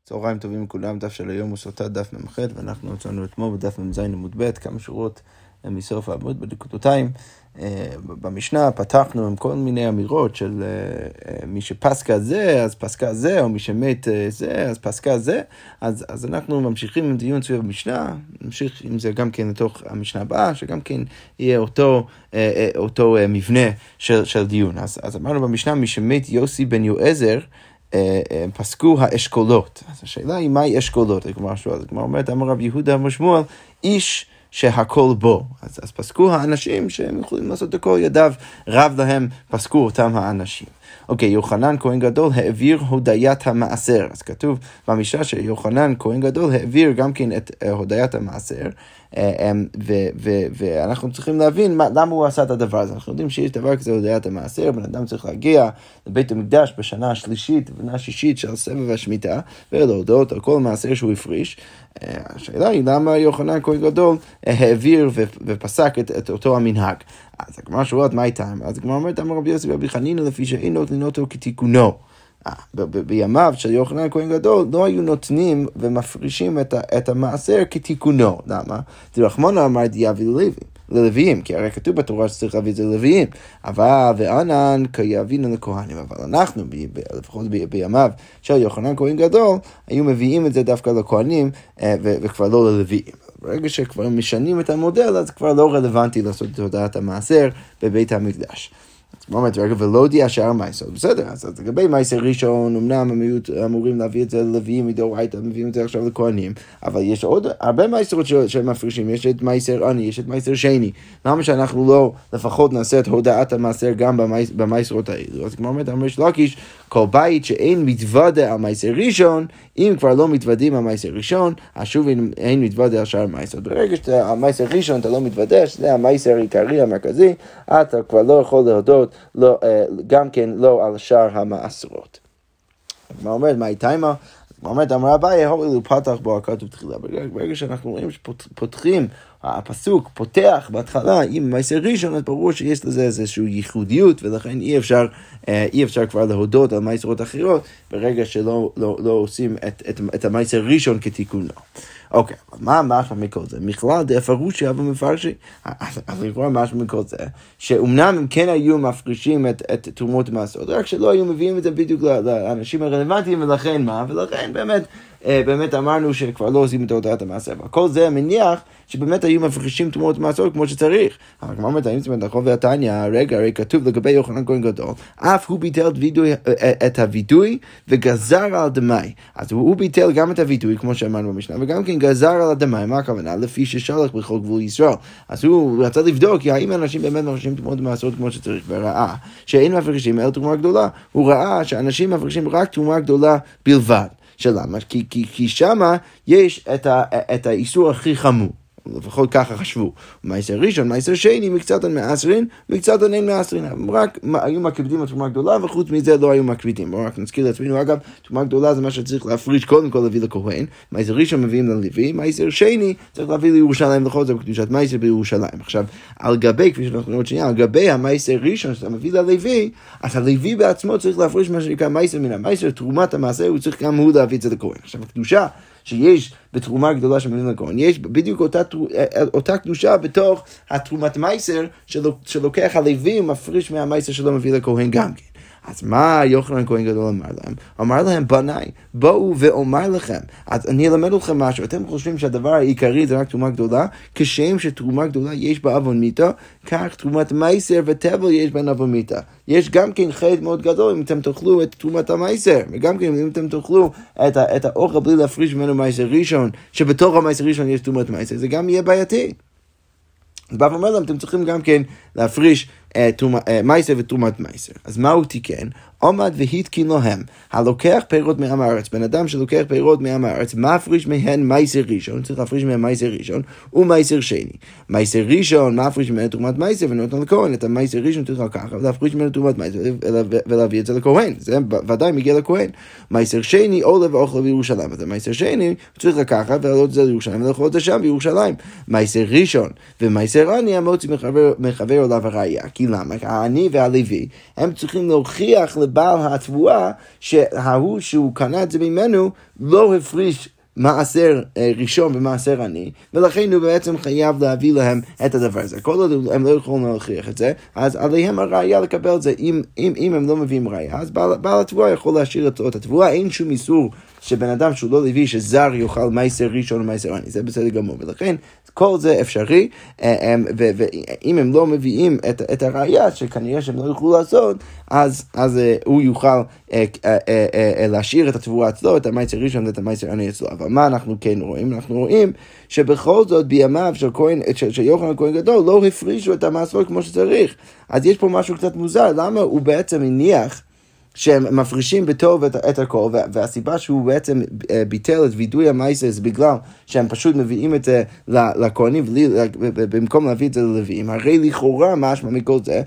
צהריים טובים לכולם, דף של היום הוא סוטה דף ממ"ח, ואנחנו מצאנו אתמול בדף מ"ז עמוד ב' כמה שורות מסוף העמוד בדקותיים. במשנה פתחנו עם כל מיני אמירות של מי שפסקה זה, אז פסקה זה, או מי שמת זה, אז פסקה זה. אז אנחנו ממשיכים עם דיון סביב המשנה, נמשיך עם זה גם כן לתוך המשנה הבאה, שגם כן יהיה אותו מבנה של דיון. אז אמרנו במשנה, מי שמת יוסי בן יועזר, פסקו האשכולות. אז השאלה היא מהי אשכולות? הגמרא אומרת, אמר רב יהודה אמר שמואל, איש שהכל בו. אז פסקו האנשים שהם יכולים לעשות הכל, ידיו רב להם, פסקו אותם האנשים. אוקיי, יוחנן כהן גדול העביר הודיית המעשר. אז כתוב במשנה שיוחנן כהן גדול העביר גם כן את הודיית המעשר, ואנחנו צריכים להבין למה הוא עשה את הדבר הזה. אנחנו יודעים שיש דבר כזה הודיית המעשר, בן אדם צריך להגיע לבית המקדש בשנה השלישית ובשנה השישית של סבב השמיטה, ולהודות על כל מעשר שהוא הפריש. השאלה היא למה יוחנן כהן גדול העביר ופסק את אותו המנהג. אז הגמרא שואלת מה איתם? אז הגמרא אומרת, אמר רבי יוסי ברבי חנינא לפי שאין נותנים אותו כתיקונו. בימיו של יוחנן כהן גדול לא היו נותנים ומפרישים את המעשר כתיקונו. למה? רחמנא אמר יביא ללוויים, כי הרי כתוב בתורה שצריך להביא את זה ללוויים. אבל וענן כיבינו לכהנים. אבל אנחנו, לפחות בימיו של יוחנן כהן גדול, היו מביאים את זה דווקא לכהנים וכבר לא ללוויים. ברגע שכבר משנים את המודל, אז כבר לא רלוונטי לעשות את הודעת המעשר בבית המקדש. אז אומרת, רגע, ולא דיע שער מייסר, בסדר, אז לגבי מייסר ראשון, אמנם אמורים להביא את זה ללוויים מדאורייתא, מביאים את זה עכשיו לכהנים, אבל יש עוד הרבה מייסרות שהם מפרישים, יש את מייסר עני, יש את מייסר שני, למה שאנחנו לא לפחות נעשה את הודעת המעשר גם במייסרות האלו? אז כמו אומרת, אמר לקיש, כל בית שאין מתוודע על מייסר ראשון, אם כבר לא מתוודים על מייסר ראשון, אז שוב אין מתוודע על שער מייסר. ברגע שאתה מייסר ראשון אתה לא מתוודע, שזה המייסר העיקרי המרכזי, אתה כבר לא יכול להודות גם כן לא על שאר המעשרות. מה אומרת, מה איתיימה? מה אומרת, אמרה אביי, הואיל פתח בו הכתוב תחילה. ברגע שאנחנו רואים שפותחים, הפסוק פותח בהתחלה עם מייסר ראשון, אז ברור שיש לזה איזושהי ייחודיות, ולכן אי אפשר כבר להודות על מייסרות אחרות, ברגע שלא עושים את המייסר ראשון כתיקונו. אוקיי, מה משמע מכל זה? מכלל דאפרושי אבל מפרשי. אז לקרוא משמע מכל זה, שאומנם הם כן היו מפרישים את תרומות המעשרות, רק שלא היו מביאים את זה בדיוק לאנשים הרלוונטיים, ולכן מה? ולכן באמת אמרנו שכבר לא עושים את הודעת המעשר. כל זה מניח שבאמת היו מפרישים תרומות המעשרות כמו שצריך. אבל כמו אומרת, האם זה נכון והתניא, הרי כתוב לגבי יוחנן כהן גדול, אף הוא ביטל את הווידוי וגזר על דמי. אז הוא ביטל גם את הווידוי, כמו שאמרנו במשנה, וגם כן גזר על הדמי. מה הכוונה? לפי ששלח בכל גבול ישראל. אז הוא רצה לבדוק, האם האנשים באמת מפרישים תרומות המעשרות כמו שצריך, וראה שאין מפרישים אלא תרומה גדולה. הוא ראה שאנשים מפרישים רק תרומה גדולה בלבד. שלמה? כי שמה יש את האיסור הכי חמור. לפחות ככה חשבו. מייסר ראשון, מייסר שני, מקצת מעשרין, מקצת אין מעשרין. רק היו מקפידים בתרומה גדולה, וחוץ מזה לא היו מקפידים. רק נזכיר לעצמנו, אגב, תרומה גדולה זה מה שצריך להפריש קודם כל להביא לכהן. מייסר ראשון מביאים ללוי, מייסר שני צריך להביא לירושלים, לכל זה בקדושת מייסר בירושלים. עכשיו, על גבי, כפי שאנחנו רואים שנייה, על גבי המייסר ראשון שאתה מביא ללוי, אז הלוי בעצמו צריך להפריש מה שנקרא מייסר מן המייסר, תרומת המעשר, הוא צריך גם הוא להביא את זה לכהן. עכשיו, הקדושה שיש בתרומה גדולה שמביאים לכהן, יש בדיוק אותה קדושה בתוך התרומת מייסר שלוקח הלוי ומפריש מהמייסר שלא מביא לכהן גם כן. אז מה יוחנן כהן גדול אמר להם? אמר להם, בניי, בואו ואומר לכם. אז אני אלמד לכם משהו. אתם חושבים שהדבר העיקרי זה רק תרומה גדולה? כשם שתרומה גדולה יש בה עוון מיתה, כך תרומת מייסר וטבל יש בה עוון מיתה. יש גם כן חטא מאוד גדול אם אתם תאכלו את תרומת המייסר, וגם כן אם אתם תאכלו את האוכל בלי להפריש ממנו מייסר ראשון, שבתוך המייסר ראשון יש תרומת מייסר, זה גם יהיה בעייתי. אז בא ואומר להם, אתם צריכים גם כן להפריש מייסר ותרומת מייסר. אז מה הוא תיקן? עומד והתקין להם, הלוקח פירות מעם הארץ, בן אדם שלוקח פירות מעם הארץ, מפריש מהן מייסר ראשון, צריך להפריש מהן מייסר ראשון, ומייסר שני. מייסר ראשון, מפריש מהן תרומת מייסר, ונותן לכהן, את המייסר ראשון צריך לקחת, ולהפריש מהן תרומת מייסר, ולהביא את זה לכהן, זה ודאי מגיע לכהן. מייסר שני, עולה ואוכל בירושלים, אז המייסר שני, צריך לקחת, ולהעלות את זה לירושלים, ולאכול את זה שם בירושלים. מייסר ראשון, ומייסר עני, המוציא מחבר עליו הראייה, כי למה? העני והלוי, הם צריכים להוכיח לבעל התבואה שההוא שהוא קנה את זה ממנו לא הפריש מעשר ראשון ומעשר עני, ולכן הוא בעצם חייב להביא להם את הדבר הזה. כל עוד הם לא יכולים להוכיח את זה, אז עליהם הראיה לקבל את זה. אם הם לא מביאים ראיה, אז בעל התבואה יכול להשאיר את התבואה. אין שום איסור שבן אדם שהוא לא לוי, שזר יאכל מעשר ראשון ומעשר עני, זה בסדר גמור. ולכן כל זה אפשרי, ואם הם לא מביאים את הראיה שכנראה שהם לא יוכלו לעשות, אז הוא יוכל להשאיר את התבואה אצלו, את המעשר ראשון ואת המעשר עני אצלו. אבל מה אנחנו כן רואים? אנחנו רואים שבכל זאת בימיו של יוחנן הכהן גדול לא הפרישו את המעשרות כמו שצריך. אז יש פה משהו קצת מוזר. למה הוא בעצם הניח שהם מפרישים בטוב את הכל, והסיבה שהוא בעצם ביטל את וידוי המעשר זה בגלל שהם פשוט מביאים את זה לכהנים במקום להביא את זה ללוויים. הרי לכאורה משמע מכל זה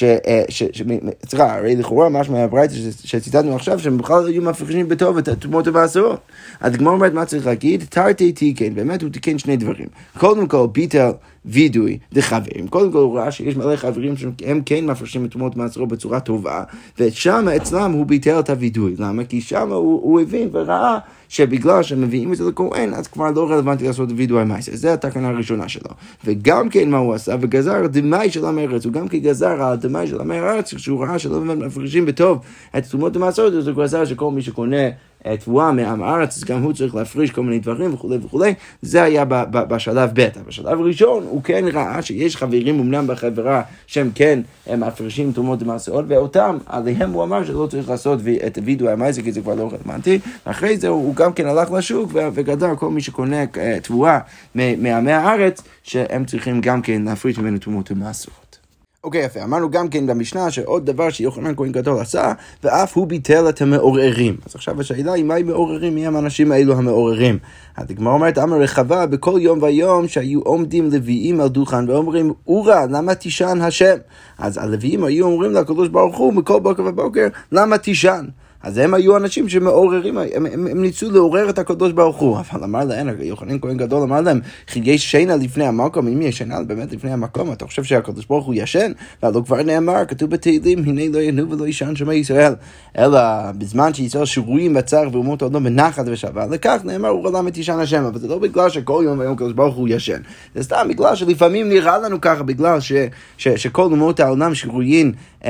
הרי לכאורה משמע מהברייתא שציטטנו עכשיו שהם בכלל היו מפרישים בטוב את התרומות והמעשרות. אז הגמרא אומרת מה צריך להגיד? תרתי תיקן, באמת הוא תיקן שני דברים. קודם כל ביטל וידוי לחברים. קודם כל הוא ראה שיש מלא חברים שהם כן מפרשים את תרומות ומעשרות בצורה טובה, ושם אצלם הוא ביטל את הוידוי. למה? כי שם הוא הבין וראה שבגלל שמביאים את זה לכהן, אז כבר לא רלוונטי לעשות וידוי המעשר. זה התקנה הראשונה שלו. וגם כן מה הוא עשה? וגזר דמי של עם הארץ. הוא גם כן גזר על דמי של עם הארץ, כשהוא ראה שלא מפרישים בטוב את תרומות ומעשרות, אז הוא גזר שכל מי שקונה תבואה מעם הארץ, אז גם הוא צריך להפריש כל מיני דברים וכו' וכו'. זה היה בשלב ב'. בשלב הראשון הוא כן ראה שיש חברים אמנם בחברה שהם כן מפרישים תרומות ומעשרות, ואותם עליהם הוא אמר שלא צריך לעשות את וידוי המעשר, כי זה כבר לא רלוונטי. אחרי זה הוא גם כן הלך לשוק וגדר כל מי שקונה תבואה מעמי הארץ, שהם צריכים גם כן להפריש ממנו תרומות ומעשרות. אוקיי, יפה. אמרנו גם כן במשנה שעוד דבר שיוחנן כהן גדול עשה, ואף הוא ביטל את המעוררים. אז עכשיו השאלה היא, מה הם מעוררים? מי הם האנשים האלו המעוררים? הגמרא אומרת, אמר רחבה, בכל יום ויום שהיו עומדים לוויים על דוכן ואומרים, אורה, למה תישן השם? אז הלוויים היו אומרים לקדוש ברוך הוא בכל בוקר ובוקר, למה תישן? אז הם היו אנשים שמעוררים, הם ניסו לעורר את הקדוש ברוך הוא. אבל אמר להם, יוחנן כהן גדול אמר להם, יש שינה לפני המקום. אם יש שינה באמת לפני המקום, אתה חושב שהקדוש ברוך הוא ישן? והלא כבר נאמר, כתוב בתהילים, הנה לא ינו ולא ישן שמע ישראל. אלא בזמן שישראל שרויים בצער ואומות העולם בנחת ושווה, לכך נאמר, הוא למה תישן השם. אבל זה לא בגלל שכל יום ויום הקדוש ברוך הוא ישן. זה סתם בגלל שלפעמים נראה לנו ככה, בגלל שכל אומות העולם שרויים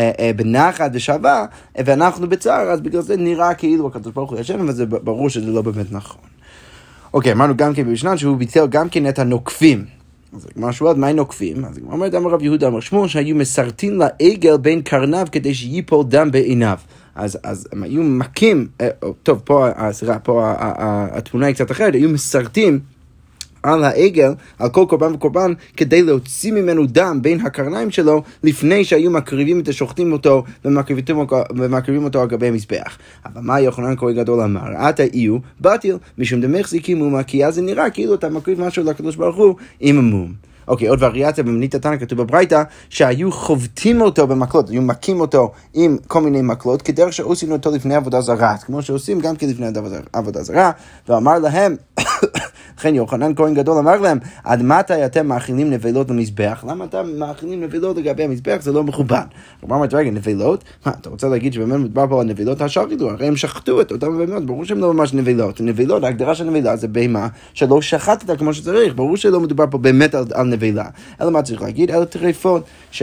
בנחת ושווה, ואנחנו בצער, אז בגלל זה נראה כאילו הקדוש ברוך הוא ישן, אבל זה ברור שזה לא באמת נכון. אוקיי, אמרנו גם כן במשנה שהוא ביטל גם כן את הנוקפים. אז משהו עד מה נוקפים? אז הוא אומר, אמר רב יהודה אמר שמואל, שהיו מסרטין לעגל בין קרניו כדי שיפול דם בעיניו. אז הם היו מכים, טוב, פה התמונה היא קצת אחרת, היו מסרטים על העגל, על כל קורבן וקורבן, כדי להוציא ממנו דם בין הקרניים שלו, לפני שהיו מקריבים את השוחטים אותו, ומקריבים אותו על גבי המזבח. אבל מה יוחנן כהן גדול אמר? אתה איו, בטיל, משום דמחזיקים מומה, כי אז זה נראה כאילו אתה מקריב משהו לקדוש ברוך הוא עם המום. אוקיי, עוד וריאציה במנית התנא כתוב בברייתא, שהיו חובטים אותו במקלות, היו מכים אותו עם כל מיני מקלות, כדרך שעושים אותו לפני עבודה זרה, כמו שעושים גם כן לפני עבודה זרה, ואמר להם, לכן יוחנן כהן גדול אמר להם, עד מתי אתם מאכילים נבלות למזבח? למה אתם מאכילים נבלות לגבי המזבח? זה לא מכובד. כלומר, מה רגע, נבלות? אתה רוצה להגיד שבאמת מדבר פה על נבלות השחטו? הרי הם שחטו את אותם בהמות, ברור שהם לא ממש נבלות. נבלות, ההגדרה של נבלה זה בהמה שלא שחטת כמו שצריך, ברור שלא מדובר פה באמת על נבלה. אלא מה צריך להגיד? אלה טרפות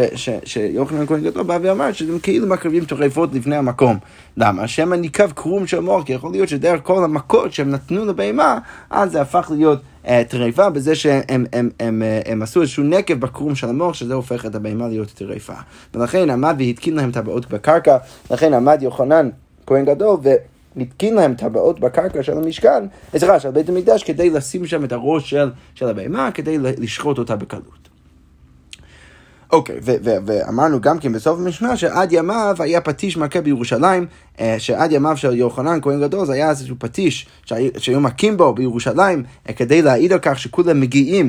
שיוחנן כהן גדול בא ואמר שהם כאילו מקריבים טרפות לפני המקום. למה? שהם ניקב קרום של מוח, כי יכול להיות שדרך כל המכות שהם נתנו לבהמה, אז זה הפך להיות טרפה, בזה שהם עשו איזשהו נקב בקרום של המוח, שזה הופך את הבהמה להיות טרפה. ולכן עמד והתקין להם טבעות בקרקע, לכן עמד יוחנן כהן גדול והתקין להם טבעות בקרקע של המשכן, של בית המקדש, כדי לשים שם את הראש של הבהמה, כדי לשחוט אותה בקלות. אוקיי, ואמרנו גם כן בסוף המשנה שעד ימיו היה פטיש מכה בירושלים, שעד ימיו של יוחנן כהן גדול זה היה איזשהו פטיש שהיו מכים בו בירושלים, כדי להעיד על כך שכולם מגיעים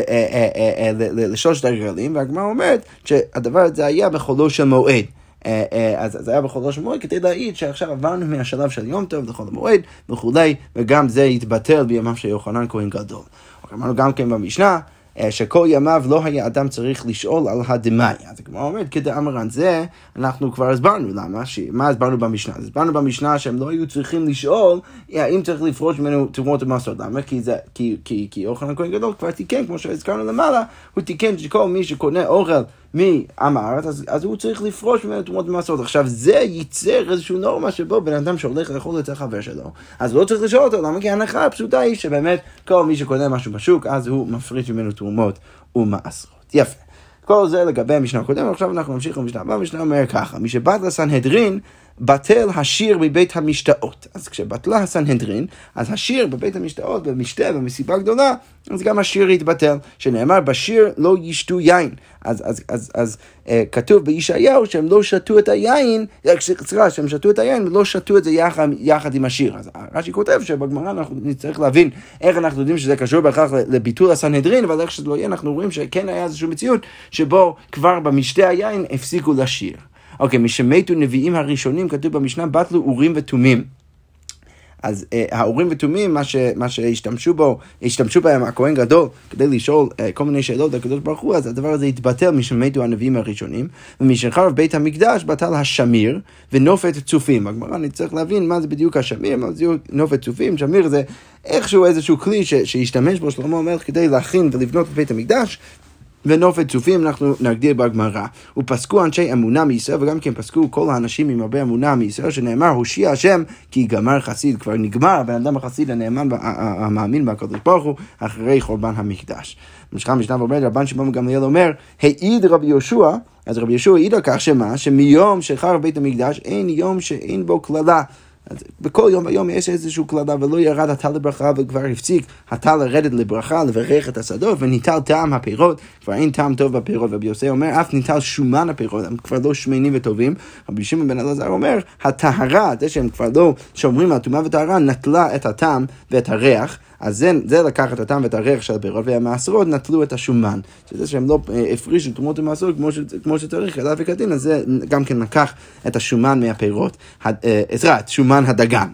לשלושת הרגלים, והגמרא אומרת שהדבר הזה היה בחולו של מועד. אז זה היה בחולו של מועד כדי להעיד שעכשיו עברנו מהשלב של יום טוב לחול המועד וכולי, וגם זה יתבטל בימיו של יוחנן כהן גדול. אמרנו גם כן במשנה, שכל ימיו לא היה אדם צריך לשאול על הדמאי. אז הגמרא אומרת, כדאמרן זה, אנחנו כבר הסברנו, למה? מה הסברנו במשנה? הסברנו במשנה שהם לא היו צריכים לשאול, האם צריך לפרוש ממנו תרומות ומעשרות. למה? כי יוחנן הכהן גדול כבר תיקן, כמו שהזכרנו למעלה, הוא תיקן שכל מי שקונה אוכל מעם הארץ, אז הוא צריך לפרוש ממנו תרומות ומעשרות. עכשיו, זה ייצר איזשהו נורמה שבו בן אדם שהולך לאכול אצל חבר שלו, אז לא צריך לשאול אותו, למה? כי ההנחה הפשוטה היא שבאמת כל מי שקונה משהו בשוק, אז הוא מפריש ממנו תרומות ומעשרות. יפה. כל זה לגבי המשנה הקודם, עכשיו אנחנו נמשיך למשנה הבאה. המשנה אומר ככה, מי שבאת לסנהדרין, בטל השיר מבית המשתאות. אז כשבטלה הסנהדרין, אז השיר בבית המשתאות, במשתה, במסיבה גדולה, אז גם השיר יתבטל, שנאמר בשיר לא ישתו יין. אז כתוב בישעיהו שהם לא שתו את היין, סליחה, שהם שתו את היין ולא שתו את זה יחד עם השיר. אז רש"י כותב שבגמרא אנחנו נצטרך להבין איך אנחנו יודעים שזה קשור בהכרח לביטול הסנהדרין, אבל איך שזה לא יהיה, אנחנו רואים שכן היה איזושהי מציאות שבו כבר במשתה היין הפסיקו לשיר. אוקיי, מי שמתו נביאים הראשונים, כתוב במשנה, בטלו אורים ותומים. אז האורים ותומים, מה שהשתמשו בהם הכהן גדול, כדי לשאול כל מיני שאלות לקדוש ברוך הוא, אז הדבר הזה התבטל מי שמתו הנביאים הראשונים, ומי שחרב בית המקדש, בטל השמיר ונופת צופים. הגמרא נצטרך להבין מה זה בדיוק השמיר, מה זה נופת צופים. שמיר זה איזשהו כלי שהשתמש בו שלמה המלך כדי להכין ולבנות את בית המקדש, ונופת צופים אנחנו נגדיר בגמרא. ופסקו אנשי אמונה מישראל, וגם כן פסקו כל האנשים עם הרבה אמונה מישראל, שנאמר הושיע השם כי גמר חסיד. כבר נגמר הבן אדם החסיד הנאמן המאמין בקדוש ברוך הוא אחרי חורבן המקדש. משנה ואומר רבן שמעון גמליאל אומר, העיד רבי יהושע, אז רבי יהושע העיד על כך שמיום שחרב בית המקדש אין יום שאין בו כללה. אז בכל יום היום יש איזשהו כללה, ולא ירד הטל לברכה, וכבר הפסיק הטל לרדת לברכה, לברך את השדות, וניטל טעם הפירות, כבר אין טעם טוב בפירות. רבי יוסי אומר, אף ניטל שומן הפירות, הם כבר לא שמנים וטובים. רבי שמעון בן אלעזר אומר, הטהרה, זה שהם כבר לא שומרים על טומאה וטהרה, נטלה את הטעם ואת הריח, אז זה לקח את הטעם ואת הריח של הפירות, והמעשרות נטלו את השומן. שזה שהם לא הפרישו תרומות ומעשרות כמו שצריך, אלא וכדין, אז זה גם כן לקח את השומן מהפירות, שומן הדגן,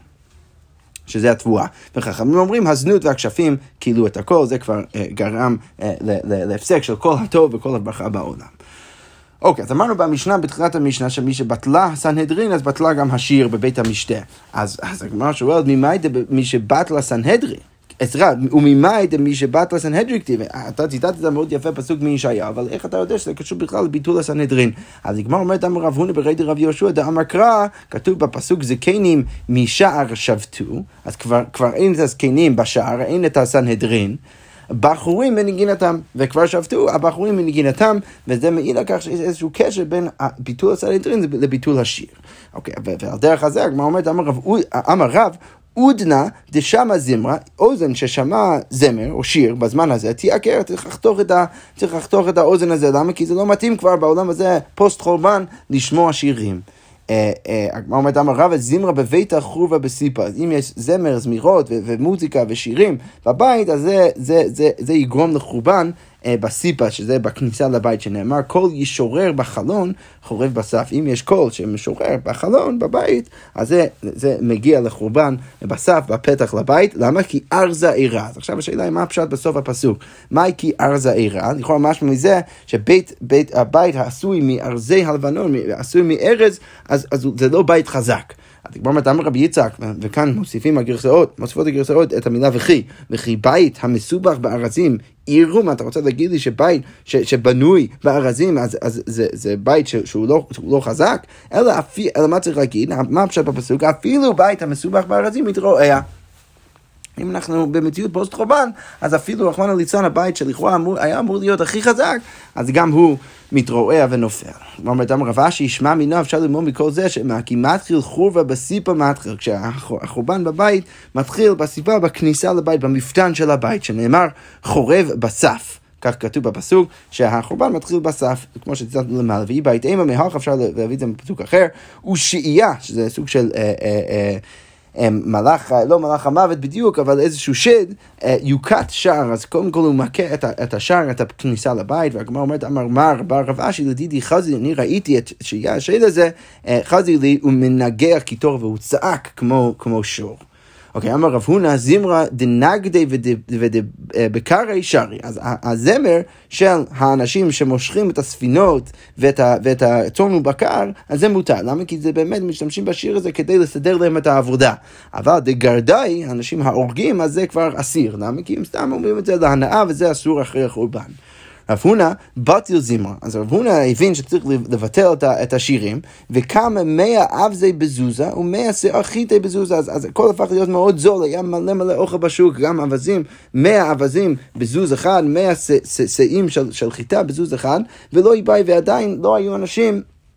שזה התבואה. וחכמים אומרים, הזנות והכשפים כאילו את הכל, זה כבר גרם להפסק של כל הטוב וכל הברכה בעולם. אוקיי, אז אמרנו במשנה, בתחילת המשנה, שמי שבטלה הסנהדרין, אז בטלה גם השיר בבית המשתה. אז הגמרא שואלת, מי שבטלה הסנהדרין? וממאי מי שבט לסנהדרין כתיב, אתה ציטטת את מאוד יפה פסוק מישעיה, אבל איך אתה יודע שזה קשור בכלל לביטול הסנהדרין? אז הגמרא אומרת, אמר רב הונא ברי דרב יהושע דאמר קרא, כתוב בפסוק זקנים משער שבתו, אז כבר אין את הזקנים בשער, אין את הסנהדרין, בחורים מנגינתם, וכבר שבתו הבחורים מנגינתם, וזה מעיד על כך שיש איזשהו קשר בין ביטול הסנהדרין לביטול השיר. אוקיי, ועל דרך הזה הגמרא אומרת, אמר רב אודנה דשמע זמרה, אוזן ששמע זמר או שיר בזמן הזה, תיעקר, צריך לחתוך את האוזן הזה. למה? כי זה לא מתאים כבר בעולם הזה פוסט חורבן לשמוע שירים. הגמרא אומרת, אמר רב זמרה בבית החורבה בסיפה. אז אם יש זמר, זמירות ומוזיקה ושירים בבית, אז זה יגרום לחורבן בסיפה, שזה בכניסה לבית, שנאמר כל ישורר בחלון חורב בסף. אם יש קול שמשורר בחלון בבית, אז זה מגיע לחורבן בסף, בפתח לבית. למה? כי ארזה עירה. אז עכשיו השאלה היא מה הפשט בסוף הפסוק. מה כי ארזה עירה? לכאורה משהו מזה הבית העשוי מארזי הלבנון, עשוי מארז, אז זה לא בית חזק. אז כבר אמר רבי יצחק, וכאן מוסיפות הגרסאות את המילה וכי בית המסובך בארזים עירו. מה אתה רוצה להגיד לי שבית שבנוי בארזים, אז זה בית שהוא לא חזק? אלא מה צריך להגיד? מה הפשט בפסוק? אפילו בית המסובך בארזים מתרועע. אם אנחנו במציאות פוסט חורבן, אז אפילו רחמנא ליצלן הבית שלכאורה היה אמור להיות הכי חזק, אז גם הוא מתרועע ונופל. אומרת רב אשי, ישמע מינו, אפשר ללמוד מכל זה, כי מתחיל חורבה בסיפה מתחיל, כשהחורבן בבית מתחיל בסיפה, בכניסה לבית, במפתן של הבית, שנאמר חורב בסף. כך כתוב בפסוק, שהחורבן מתחיל בסף, כמו שציטטנו למעלה, והיא בית אימה מהלך, אפשר להביא את זה בפסוק אחר, ושאייה, שזה סוג של לא מלאך המוות בדיוק, אבל איזשהו שד, יוקת שער. אז קודם כל הוא מכה את השער, את הכניסה לבית, והגמרא אומרת, אמר בר רב אשי לדידי חזי, אני ראיתי שיהיה השד הזה, חזי לי, הוא מנגח קיטור, והוא צעק כמו שור. אוקיי, אמר רב הונא זמרה דנגדי ובקרי שרי. אז הזמר של האנשים שמושכים את הספינות ואת הצאן ובקר, אז זה מותר. למה? כי זה באמת משתמשים בשיר הזה כדי לסדר להם את העבודה. אבל דגרדאי, האנשים ההורגים, אז זה כבר אסיר. למה? כי הם סתם אומרים את זה להנאה, וזה אסור אחרי החורבן. רב הונא בטל זמרה. אז רב הונא הבין שצריך לבטל את השירים, וכמה 100 אבזי בזוזה ו100 שיער חיטי בזוזה. אז הכל הפך להיות מאוד זול, היה מלא אוכל בשוק, גם אבזים, 100 אבזים בזוז אחד, 100 שאים של חיטה בזוז אחד, ולא יבאי, ועדיין לא היו אנשים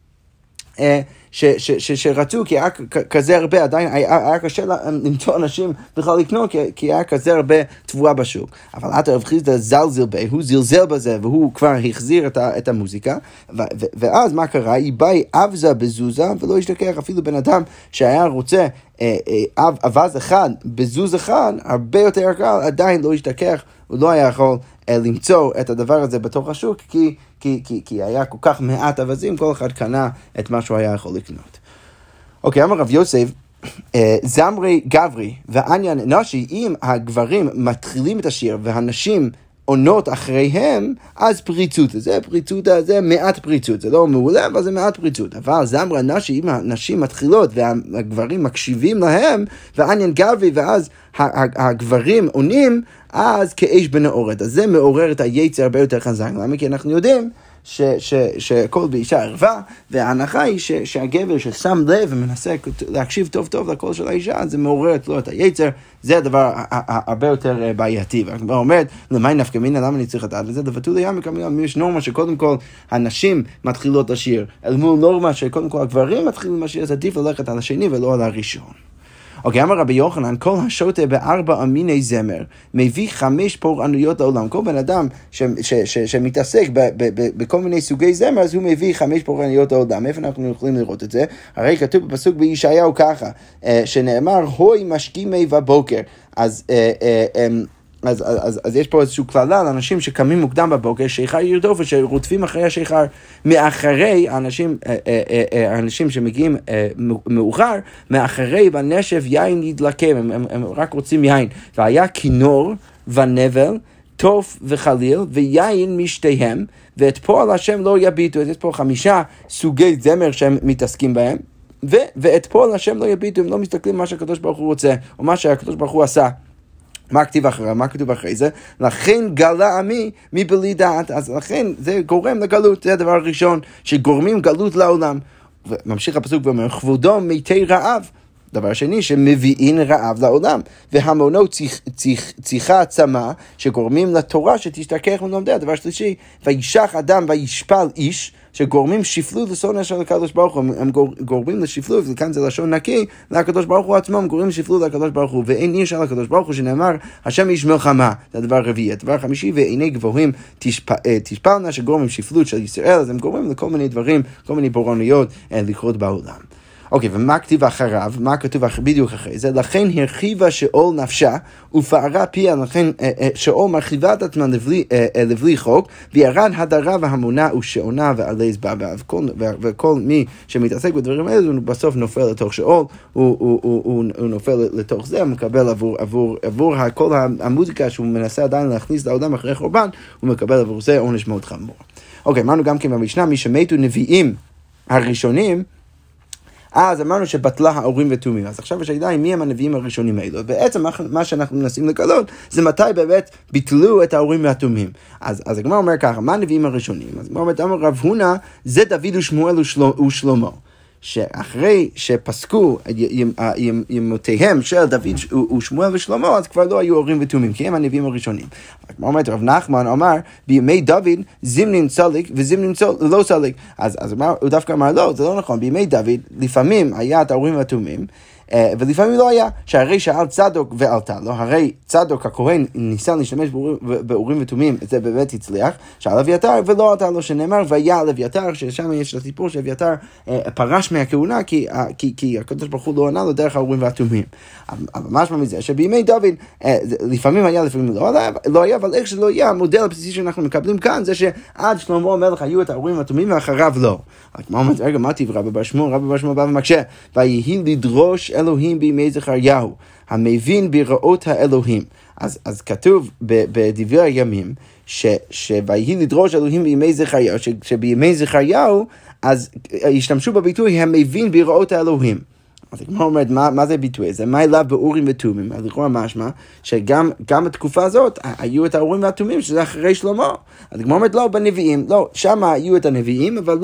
שרצו, כי היה כזה הרבה, עדיין היה קשה למצוא אנשים בכלל לקנות, כי היה כזה הרבה תבואה בשוק. אבל עתה רב חיסדא זלזל בי, הוא זלזל בזה, והוא כבר החזיר את המוזיקה, ואז מה קרה? יבאי אבזה בזוזה, ולא ישתכח אפילו בן אדם שהיה רוצה אבז אחד בזוז אחד, הרבה יותר קל, עדיין לא ישתכח, הוא לא היה יכול למצוא את הדבר הזה בתוך השוק, כי היה כל כך מעט אבזים, כל אחד קנה את מה שהוא היה יכול לקנות. אוקיי, אמר רב יוסף, זמרי גברי ועניין נשי, אם הגברים מתחילים את השיר והנשים עונות אחריהם, אז פריצות. זה פריצות, זה מעט פריצות. זה לא מעולה, אבל זה מעט פריצות. אבל זמרה נשי, אם הנשים מתחילות והגברים מקשיבים להם, ועניין גברי, ואז הגברים עונים, אז כאש בנאורת. אז זה מעורר את היצר הרבה יותר חזק. למה? כי אנחנו יודעים שכל באישה ערווה, וההנחה היא שהגבר ששם לב ומנסה להקשיב טוב טוב לקול של האישה, זה מעורר לו את היצר, זה הדבר הרבה יותר בעייתי. והגמרא אומרת, למי נפקא מינה, למה אני צריך לדעת? וזה דבתו לים, כמובן, יש נורמה שקודם כל הנשים מתחילות לשיר, אל מול נורמה שקודם כל הגברים מתחילים לשיר, אז עדיף ללכת על השני ולא על הראשון. אוקיי, אמר רבי יוחנן, כל השוטה ב4 אמיני זמר, מביא 5 פורענויות לעולם. כל בן אדם שמתעסק בכל מיני סוגי זמר, אז הוא מביא 5 פורענויות לעולם. איפה אנחנו יכולים לראות את זה? הרי כתוב בפסוק בישעיהו ככה, שנאמר, הוי משכימי בבוקר. אז יש פה איזשהו כללה על אנשים שקמים מוקדם בבוקר, שיכר ירדוף ושרודפים אחרי השיכר, מאחרי האנשים שמגיעים מאוחר, מאחרי בנשב יין ידלקם, הם רק רוצים יין. והיה כינור ונבל, תוף וחליל, ויין משתיהם, ואת פועל השם לא יביטו. יש פה 5 סוגי זמר שהם מתעסקים בהם, ואת פועל השם לא יביטו, הם לא מסתכלים מה שהקדוש ברוך הוא רוצה, או מה שהקדוש ברוך הוא עשה. מה כתוב אחרי? מה כתוב אחרי זה? לכן גלה עמי מבלי דעת. אז לכן זה גורם לגלות, זה הדבר הראשון, שגורמים גלות לעולם. וממשיך הפסוק ואומר, כבודו מתי רעב. דבר שני, שמביאים רעב לעולם. והמונו צריכה צמא, שגורמים לתורה שתשתכח ולומדיה. הדבר שלישי, וישח אדם וישפל איש, שגורמים שפלות לשונא של הקדוש ברוך הוא, הם גורמים לשפלות, וכאן זה לשון נקי, לקדוש ברוך הוא עצמו, הם גורמים שפלות לקדוש ברוך הוא, ואין איש על הקדוש ברוך הוא שנאמר, השם איש מלחמה, זה הדבר הרביעי. הדבר חמישי, ועיני גבוהים תשפלנה, שגורמים שפלות של ישראל, אז הם גורמים לכל מיני דברים, כל מיני פורענויות לקרות בעולם. אוקיי, ומה כתוב אחריו? מה כתוב בדיוק אחרי זה? לכן הרחיבה שאול נפשה ופערה פיה, לכן שאול מרחיבה את עצמה לבלי חוק, וירד הדרה והמונה ושעונה ועלי זבבה. וכל מי שמתעסק בדברים האלה, הוא בסוף נופל לתוך שאול, הוא נופל לתוך זה, הוא מקבל עבור כל המוזיקה שהוא מנסה עדיין להכניס לעולם אחרי חורבן, הוא מקבל עבור זה עונש מאוד חמור. אוקיי, אמרנו גם כן במשנה, מי שמתו נביאים הראשונים, אז אמרנו שבטלה האורים ותומים. אז עכשיו השאלה היא מי הם הנביאים הראשונים האלו. בעצם מה שאנחנו מנסים לגלות זה מתי באמת ביטלו את האורים והתומים. אז הגמרא אומר ככה, מה הנביאים הראשונים? אז הגמרא אומרת, אמר רב הונא, זה דוד ושמואל ושלמה. שאחרי שפסקו ימותיהם של דוד ושמואל ושלמה, אז כבר לא היו אורים ותומים, כי הם הנביאים הראשונים. כמו אומרת רב נחמן, אמר, בימי דוד זמנין צליק וזמנין לא צליק. אז הוא דווקא אמר, לא, זה לא נכון, בימי דוד לפעמים היה את האורים והתומים, ולפעמים לא היה, שהרי שאל צדוק ועלתה לו, הרי צדוק הכהן ניסה להשתמש באורים ותומים, זה באמת הצליח, שאל אביתר ולא עלתה לו, שנאמר ויעל אביתר, ששם יש לסיפור שאביתר פרש מהכהונה, כי הקדוש ברוך הוא לא ענה לו דרך האורים והתומים. אבל משמע מזה, שבימי דוד לפעמים היה, לפעמים לא היה, אבל איך שלא היה, המודל הבסיסי שאנחנו מקבלים כאן, זה שעד שלמה המלך היו את האורים והתומים, ואחריו לא. מה אומרת, רגע, מה תברא? רבי בר שמואל בא ומקשה, ויהי לדרוש אלוהים בימי זכריהו. המבין בראות האלוהים. אז כתוב בדברי הימים, שויהי לדרוש אלוהים בימי זכריהו, שבימי זכריהו, אז השתמשו בביטוי המבין בראות האלוהים. אז הגמרא אומרת, מה זה ביטוי? זה מה אליו באורים ותומים. אז לכאורה משמע שגם בתקופה הזאת היו את האורים והתומים, שזה אחרי שלמה. אז הגמרא אומרת, לא, בנביאים, לא, שם היו את הנביאים, אבל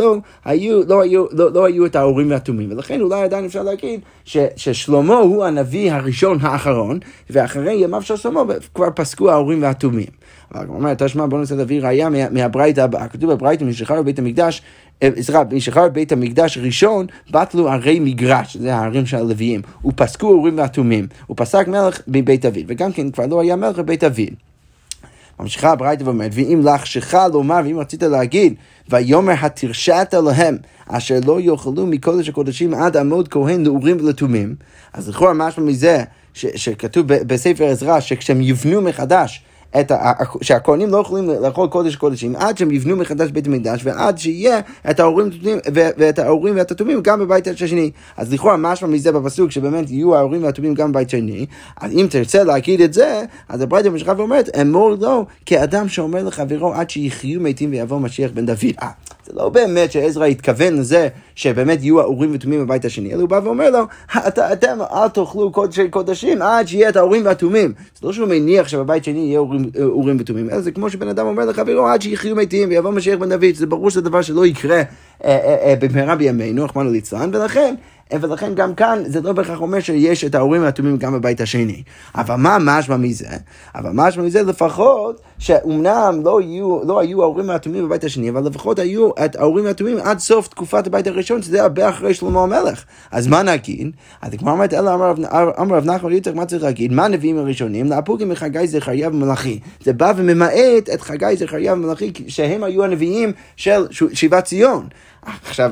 לא היו את האורים והתומים. ולכן אולי עדיין אפשר להגיד ששלמה הוא הנביא הראשון האחרון, ואחרי ימיו של שלמה כבר פסקו האורים והתומים. אבל הגמרא אומרת, תשמע, בוא ננסה להביא ראיה מהברייתא הבאה. כתוב בברייתא, משחרר בית המקדש, משחרר בית המקדש ראשון, בטלו ערי מגרש, זה הערים של הלוויים, ופסקו אורים והתומים, ופסק מלך בבית דוד, וגם כן כבר לא היה מלך בבית דוד. ממשיכה הברייתא ואומרת, ואם לחשך לומר, ואם רצית להגיד, ויאמר התרשעת להם, אשר לא יאכלו מקודש הקודשים עד עמוד כהן לאורים ולתומים, אז לכאורה משמע מזה, שכתוב בספר עזרא, שכשהם יבנו מחדש, שהכהנים לא יכולים לאכול קודש קודשים עד שהם יבנו מחדש בית המקדש ועד שיהיה את האורים ואת האורים ואת התומים גם בבית השני. אז לכאורה משמע מזה בפסוק שבאמת יהיו האורים והתומים גם בבית שני. אז אם תרצה להגיד את זה, אז הברייתא ממשיכה ואומרת, אמור לו כאדם שאומר לחברו עד שיחיו מתים ויבוא משיח בן דוד. זה לא באמת שעזרא התכוון לזה שבאמת יהיו האורים ותומים בבית השני, אלא הוא בא ואומר לו, אתם אל תאכלו קודשי קודשים עד שיהיה את האורים והתומים. זה לא שהוא מניח שבבית שני יהיה אורים ותומים, אלא זה כמו שבן אדם אומר לחברו עד שיחיו מתים ויבוא משיח בן דוד. זה ברור שזה דבר שלא יקרה במהרה בימינו, רחמנא ליצלן, ולכן גם כאן זה לא בהכרח אומר שיש את האורים והתומים גם בבית השני. אבל מה משמע מזה? אבל משמע מזה לפחות שאומנם לא היו האורים והתומים בבית השני, אבל לפחות היו את האורים והתומים עד סוף תקופת הבית הראשון, שזה הרבה אחרי שלמה המלך. אז מה נגיד? אז כמו אומרת, אלא אמר רב נחמן יצחק, מה צריך להגיד? מה הנביאים הראשונים? לאפוקים מחגי זכריה ומלאכי. זה בא וממעט את חגי זכריה ומלאכי, שהם היו הנביאים של שיבת ציון. עכשיו,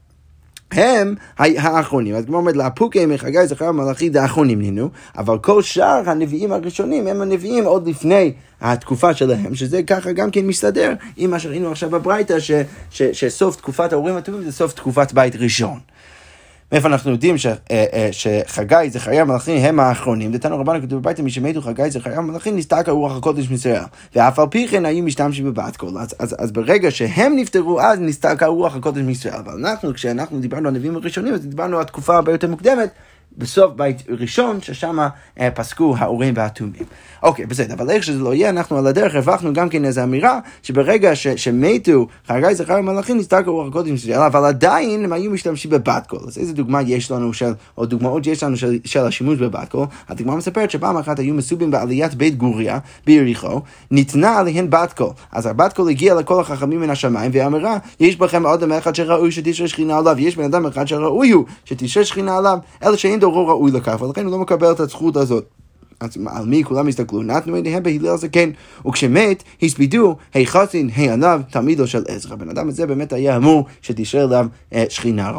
הם האחרונים, אז כמו אומרת, לאפוקי מחגי זכריה ומלאכי זה האחרונים לנו, אבל כל שאר הנביאים הראשונים הם הנביאים עוד לפני התקופה שלהם, שזה ככה גם כן מסתדר עם מה שראינו עכשיו בברייתא, שסוף תקופת האורים והתומים זה סוף תקופת בית ראשון. מאיפה אנחנו יודעים שחגי זכריה ומלאכי הם האחרונים? דתנו רבנו כתוב בברייתא, מי שמתו חגי זכריה ומלאכי נסתלק רוח הקודש מישראל, ואף על פי כן היו משתמשים בבת קול. אז ברגע שהם נפטרו, אז נסתלק רוח הקודש מישראל. אבל כשאנחנו דיברנו על הנביאים הראשונים, אז דיברנו על תקופה הרבה יותר מוקדמת, בסוף בית ראשון, ששם פסקו האורים והתומים. אוקיי, בסדר, אבל איך שזה לא יהיה, אנחנו על הדרך הרווחנו גם כן איזו אמירה, שברגע שמתו חגי זכריה ומלאכי נסתלק רוח הקודש מישראל, אבל עדיין הם היו משתמשים בבת קול. אז איזה דוגמה יש לנו או דוגמאות יש לנו של השימוש בבת קול? הדוגמה מספרת שפעם אחת היו מסובים בעליית בית גוריה ביריחו, ניתנה עליהן בת קול. אז הבת קול הגיעה לכל החכמים מן השמיים, ואמרה, יש בכם אדם אחד שראוי שתשרה שכינה עליו, יש בן אדם אחד שראוי הוא שתשרה שכינה עליו, אלא שאין דורו ראוי לכך, ולכן הוא לא מקבל את הזכות הזאת. אז על מי כולם הסתכלו? נתנו עיניהם בהלל זקן, וכשמת הספידו, חסין, עניו, תלמידו של עזרא. בן אדם הזה באמת היה אמור שתשרה עליו שכינה,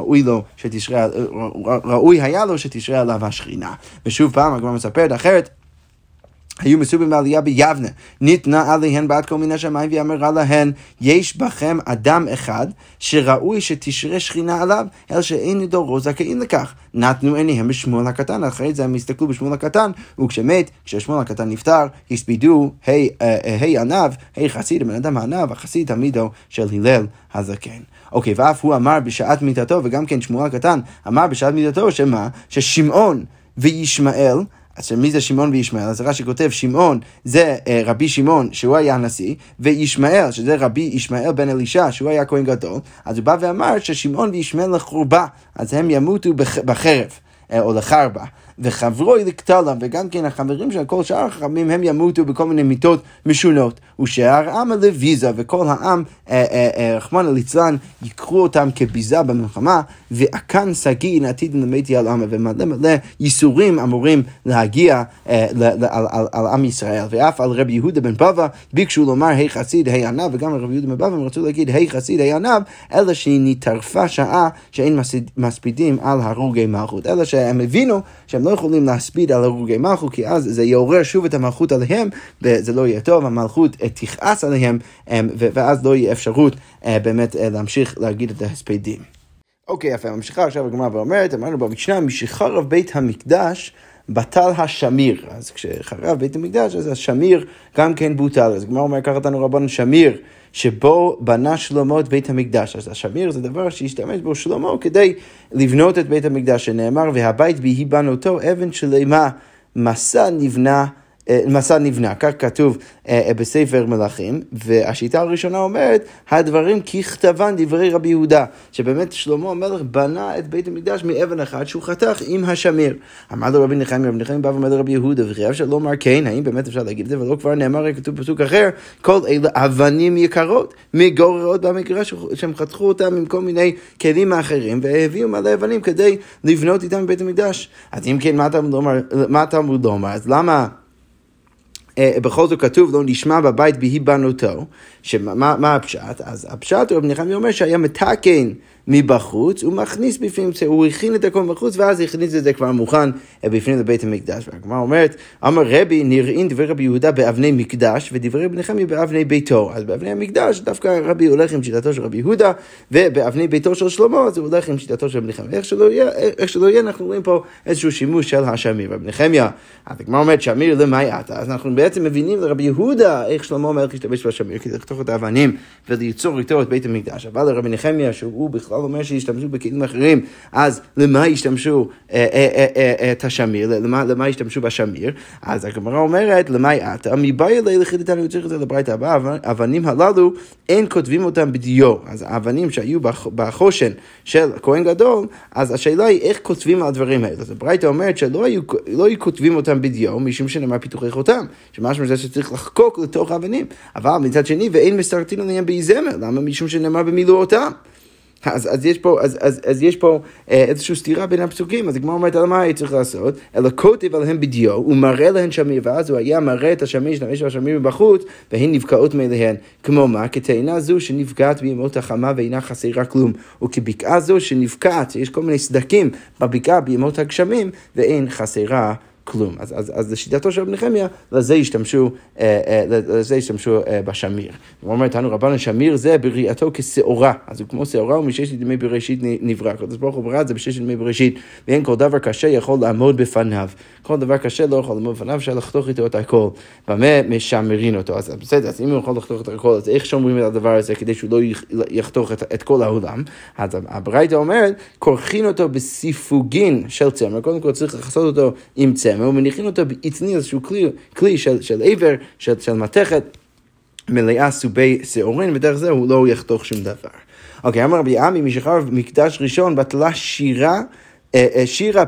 ראוי היה לו שתשרה עליו השכינה. ושוב פעם, הגמרא מספרת אחרת, היו מסובים בעלייה ביבנה, ניתנה עליהן בת קול מן השמיים ואמרה להן, יש בכם אדם אחד שראוי שתשרה שכינה עליו, אלא שאין דורו זכאים לכך. נתנו עיניהם בשמואל הקטן, אחרי זה הם הסתכלו בשמואל הקטן, כששמואל הקטן נפטר, הספידו, עניו, חסיד, הבן אדם העניו, החסיד תלמידו של הלל הזקן. אוקיי, ואף הוא אמר בשעת מיתתו, וגם כן שמואל הקטן אמר בשעת מיתתו, שמה? ששמעון וישמעאל, אז מי זה שמעון וישמעאל? אז רש"י כותב, שמעון זה רבי שמעון שהוא היה הנשיא, וישמעאל שזה רבי ישמעאל בן אלישע שהוא היה כהן גדול. אז הוא בא ואמר ששמעון וישמעאל לחורבה, אז הם ימותו בחרב או לחרבה, וחברוי לקטלם, וגם כן החברים של כל שאר החכמים הם ימותו בכל מיני מיתות משונות, ושאר העם לביזה, וכל העם רחמנא ליצלן יקחו אותם כביזה במלחמה, ועקן סגין עתיד למתי על עמה, ומלא מלא ייסורים אמורים להגיע על עם ישראל. ואף על רבי יהודה בן בבא ביקשו לומר היי חסיד היי ענב, וגם רבי יהודה בן בבא הם רצו להגיד היי חסיד היי ענב, אלא שנתערפה שעה שאין מספידים על הרוגי מלכות, אלא שהם הבינו שהם לא יכולים להספיד על הרוגי מלכות, כי אז זה יעורר שוב את המלכות עליהם, וזה לא יהיה טוב, המלכות תכעס עליהם, ואז לא יהיה אפשרות באמת להמשיך להגיד את ההספדים. אוקיי, יפה, ממשיכה עכשיו הגמרא ואומרת, אמרנו במשנה, משחרב בית המקדש, בטל השמיר. אז כשחרב בית המקדש, אז השמיר גם כן בוטל. אז הגמרא אומר, קח אותנו רבן שמיר, שבו בנה שלמה את בית המקדש. אז השמיר זה דבר שהשתמש בו שלמה כדי לבנות את בית המקדש, שנאמר, והבית בי בנותו אבן שלמה מסע נבנה, כך כתוב בספר מלכים, והשיטה הראשונה אומרת, הדברים ככתבן דברי רבי יהודה, שבאמת שלמה המלך בנה את בית המקדש מאבן אחד שהוא חתך עם השמיר. אמר לו רבי נחמיה, רבי נחמיה בא ואומר לרבי יהודה, וחייב שלא אמר כן, האם באמת אפשר להגיד את זה, ולא כבר נאמר, כתוב בפסוק אחר, כל אלה אבנים יקרות, מגוררות במקרש, שהם חתכו אותם עם כל מיני כלים האחרים, והביאו מלא אבנים כדי לבנות איתם בית המקדש. אז אם כן, מה אתה אומר? אז למה בכל זאת כתוב לא נשמע בבית בי בנותו, מה הפשט? אז הפשט רבי נחמיה אומר שהיה מתקן מבחוץ, הוא מכניס בפנים, הוא הכין את הכל בחוץ, ואז הכניס את זה כבר מוכן בפנים לבית המקדש. והגמרא אומרת, אמר רבי, נראים דברי רבי יהודה באבני מקדש, ודברי רבי נחמיה באבני ביתו. אז באבני המקדש דווקא רבי הולך עם שיטתו של רבי יהודה, ובאבני ביתו של שלמה, אז הוא הולך עם שיטתו של רבי נחמיה. איך שלא יהיה, אנחנו רואים פה איזשהו שימוש של השמיר. רבי נחמיה, אז הגמרא אומרת, שמיר למאי אתה? אז אנחנו בעצם מבינים לרבי יהודה איך שלמה המלך השתמש בשמיר, כדי לחתוך את האבנים וליצור איתו את בית המקדש. אבל לרבי נחמיה, שהוא בכלל אומר שישתמשו בכלים אחרים, אז למה ישתמשו את השמיר? למה ישתמשו בשמיר? אז הגמרא אומרת, למה אתה? מבאי אלי לחידתנו, צריך את זה לברייתא הבאה, האבנים הללו, אין כותבים אותם בדיו. אז האבנים שהיו בחושן של כהן גדול, אז השאלה היא איך כותבים על הדברים האלה. אז הברייתא אומרת שלא היו כותבים אותם בדיו, משום שנאמר פיתוחי חותם, שמשהו זה שצריך לחקוק לתוך האבנים. אבל מצד שני, ואין מסתרתין עליהם באזמר, למה? משום שנאמר במילואותם. אז יש פה איזושהי סתירה בין הפסוקים. אז הגמרא אומרת, על מה היה צריך לעשות? אלא כותב עליהם בדיו, הוא מראה להן שמיר, ואז הוא היה מראה את השמיר, שנמש בשמיר מבחוץ, והן נבקעות מאליהן. כמו מה? כתאנה זו שנבקעת בימות החמה ואינה חסרה כלום, וכבקעה זו שנבקעת, יש כל מיני סדקים בבקעה בימות הגשמים, ואין חסרה כלום. אז לשיטתו של רבי נחמיה, לזה ישתמשו בשמיר. הוא אומר, תנו רבן השמיר זה בריאתו כשעורה. אז הוא כמו שעורה, ומששת ימי בראשית נברא. אז ברוך הוא ברא את זה בששת ימי בראשית, ואין כל דבר קשה יכול לעמוד בפניו. כל דבר קשה לא יכול לעמוד בפניו, אפשר לחתוך איתו את הכל. ומה משמרין אותו? אז בסדר, אז אם הוא יכול לחתוך את הכל, אז איך שומרים את הדבר הזה כדי שהוא לא יחתוך את כל העולם? אז הברייתא אומרת, כורחין אותו בסיפוגין של צמר. קודם כל צריך לחסות אותו עם צמר, ומניחים אותו באצני, איזשהו כלי של עבר, של מתכת, מלאה סובי שעורין, ודרך זה הוא לא יחתוך שום דבר. אוקיי, אמר רבי עמי, משחרב מקדש ראשון בטלה שירה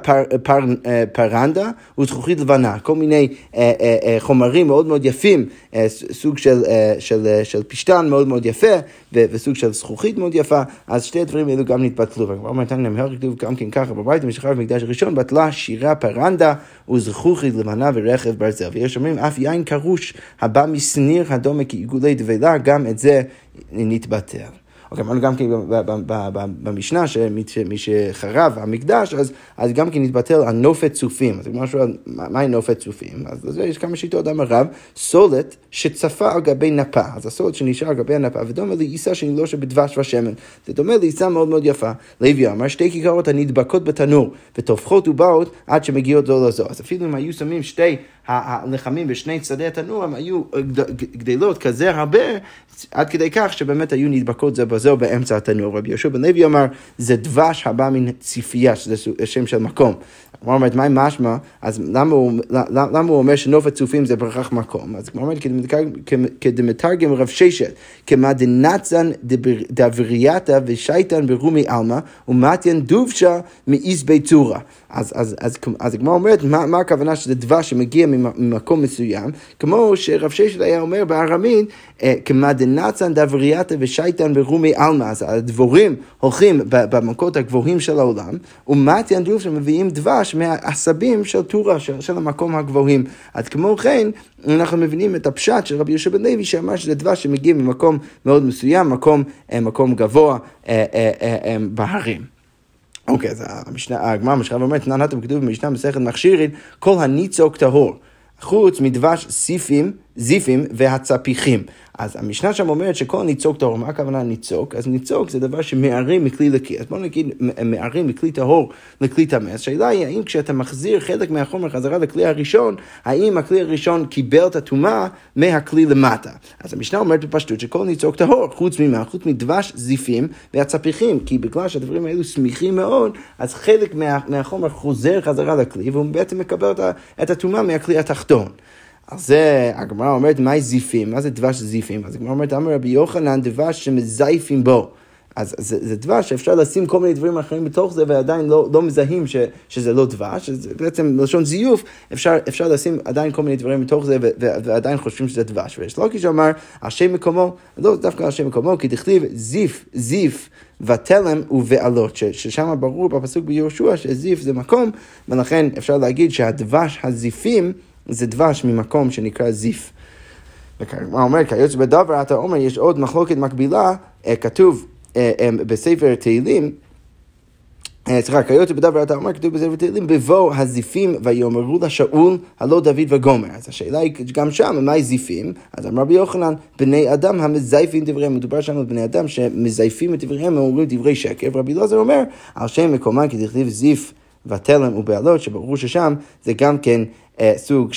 פרנדה וזכוכית לבנה, כל מיני חומרים מאוד מאוד יפים, סוג של פשטן מאוד מאוד יפה, וסוג של זכוכית מאוד יפה, אז שתי הדברים האלו גם נתבטלו. וכבר אומרתן להם, כתוב גם כן ככה, בבית משחרב מקדש ראשון בטלה שירה פרנדה וזכוכית לבנה ורכב ברזל. ויש אומרים, אף יין קרוש הבא מסניר הדומה כעיגולי דבלה, גם את זה נתבטל. אוקיי, גם כן במשנה, שמי שחרב המקדש, אז גם כן נתבטל על נופת צופים. אז משהו על מהי נופת צופים? אז יש כמה שיטות, אמר רב, סולת שצפה על גבי נפה. אז הסולת שנשאר על גבי הנפה, ודומה לעיסה שנלושה בדבש ושמן. זה דומה לעיסה מאוד מאוד יפה. לוי אמר, שתי כיכרות הנדבקות בתנור, ותופחות ובאות עד שמגיעות זו לזו. אז אפילו אם היו שמים שתי הלחמים בשני צדי התנור, הם היו גדלות כזה הרבה, עד כדי כך שבאמת היו נדבקות זה בזו באמצע התנור. רבי יהושע בן לוי אמר, זה דבש הבא מן ציפייה, שזה שם של מקום. הוא אומר, מה משמע? אז למה הוא אומר שנופת צופים זה פרחח מקום? אז הוא אומר, כדמתרגם רב ששת, כמה דנצן דברייתא ושייטן ברומי אלמה, ומתיין דובשה מאיס בי צורה. אז כמו אומרת, מה הכוונה שזה דבש שמגיע ממקום מסוים? כמו שרב ששת היה אומר בארמית, כמה דנצן דברייתא ושייטן ברומי אלמה. אז הדבורים הולכים במקות הגבוהים של העולם, ומתיין דובשה מביאים דבש מהעשבים של תורה, של המקום הגבוהים. אז כמו כן, אנחנו מבינים את הפשט של רבי יהושע בן לוי, שאמר שזה דבש שמגיע ממקום מאוד מסוים, מקום גבוה בהרים. אוקיי, אז הגמרא משחרב אומרת, נענתם כתוב במשנה מסכת מכשירין, כל הניצוק טהור. חוץ מדבש סיפים זיפים והצפיחים. אז המשנה שם אומרת שכל ניצוק טהור, מה הכוונה ניצוק? אז ניצוק זה דבר שמערים מכלי לכלי. אז בואו נגיד, מערים מכלי טהור לכלי טמא. השאלה היא, האם כשאתה מחזיר חלק מהחומר חזרה לכלי הראשון, האם הכלי הראשון קיבל את הטומאה מהכלי למטה? אז המשנה אומרת בפשטות שכל ניצוק טהור, חוץ ממה? חוץ מדבש, זיפים והצפיחים, כי בגלל שהדברים האלו סמיכים מאוד, אז חלק מהחומר חוזר חזרה לכלי, והוא בעצם מקבל את הטומאה מהכלי התחתון. אז זה, הגמרא אומרת, מה זיפים? מה זה דבש זיפים? אז הגמרא אומרת, אמר רבי יוחנן, דבש שמזייפים בו. אז זה דבש שאפשר לשים כל מיני דברים אחרים בתוך זה, ועדיין לא מזהים שזה לא דבש. זה בעצם לשון זיוף, אפשר לשים עדיין כל מיני דברים בתוך זה, ועדיין חושבים שזה דבש. ויש לוקיש אמר, השם מקומו, לא דווקא השם מקומו, כי תכתיב זיף ותלם ובעלות, ששם ברור בפסוק ביהושע שזיף זה מקום, ולכן אפשר להגיד שהדבש הזיפים, זה דבש ממקום שנקרא זיף. וכמה אומר, כיוצא בדבר, אתה אומר, יש עוד מחלוקת מקבילה, כתוב בספר תהילים, כיוצא בדבר, אתה אומר, כתוב בספר תהילים, בבוא הזיפים ויאמרו לשאול, הלא דוד וגומר. אז השאלה היא גם שם, מה זיפים? אז אמר רבי יוחנן, בני אדם המזייפים דבריהם, מדובר שם על בני אדם שמזייפים את דבריהם, ואומרים דברי שקר, ורבי אלעזר אומר, על שם מקומן כתכתיב זיף ותלם ובעלות, שברור ששם זה גם כן סוג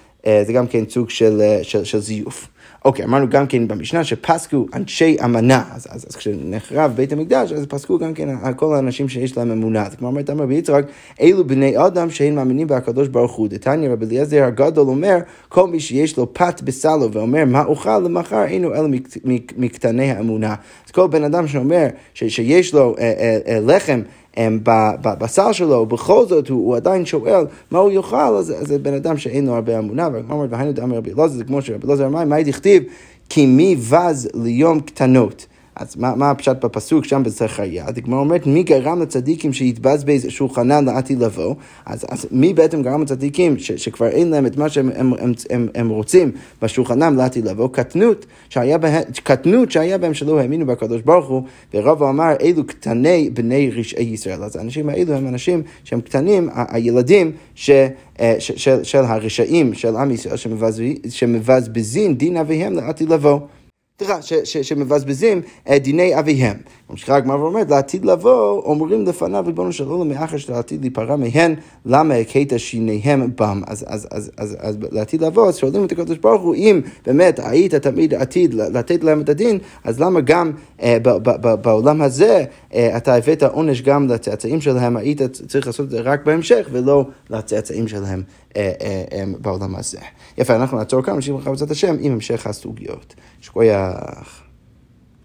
של זיוף. אוקיי, אמרנו גם כן במשנה שפסקו אנשי אמונה, אז כשנחרב בית המקדש, אז פסקו גם כן על כל האנשים שיש להם אמונה. אז כמו אומרת אמר ביצחק, אלו בני אדם שהם מאמינים בהקדוש ברוך הוא. דתניא רבי אליעזר הגדול אומר, כל מי שיש לו פת בסלו ואומר מה אוכל למחר, אינו אלו מקטני האמונה. אז כל בן אדם שאומר שיש לו לחם, בסל שלו, בכל זאת הוא עדיין שואל מה הוא יאכל, אז זה בן אדם שאין לו הרבה אמונה, וכמו והיינו דאמר רבי אלעזר, זה כמו שרבי אלעזר אמר, מה דכתיב? כי מי בז ליום קטנות. אז מה הפשט בפסוק שם בזכריה? הגמרא אומרת, מי גרם לצדיקים שיתבזבז שולחנם לעתיד לבוא? אז מי בעצם גרם לצדיקים שכבר אין להם את מה שהם רוצים בשולחנם לעתיד לבוא? קטנות שהיה בהם שלא האמינו בקדוש ברוך הוא, ורב אמר, אלו קטני בני רשעי ישראל. אז האנשים האלו הם אנשים שהם קטנים, הילדים של הרשעים של עם ישראל, שמבזבזים דין אביהם לעתיד לבוא. שמבזבזים דיני אביהם. ממשיכה הגמרא ואומרת, לעתיד לבוא, אומרים לפניו ריבונו של עולם, מאחר שלעתיד להיפרע מהן, למה הכית שיניהם בם? אז לעתיד לבוא, אז שואלים את הקדוש ברוך הוא, אם באמת היית תמיד עתיד לתת להם את הדין, אז למה גם בעולם הזה אתה הבאת עונש גם לצאצאים שלהם, היית צריך לעשות את זה רק בהמשך, ולא לצאצאים שלהם בעולם הזה. יפה, אנחנו נעצור כאן, נמשיך לך בעזרת השם עם המשך הסוגיות. שכוייך.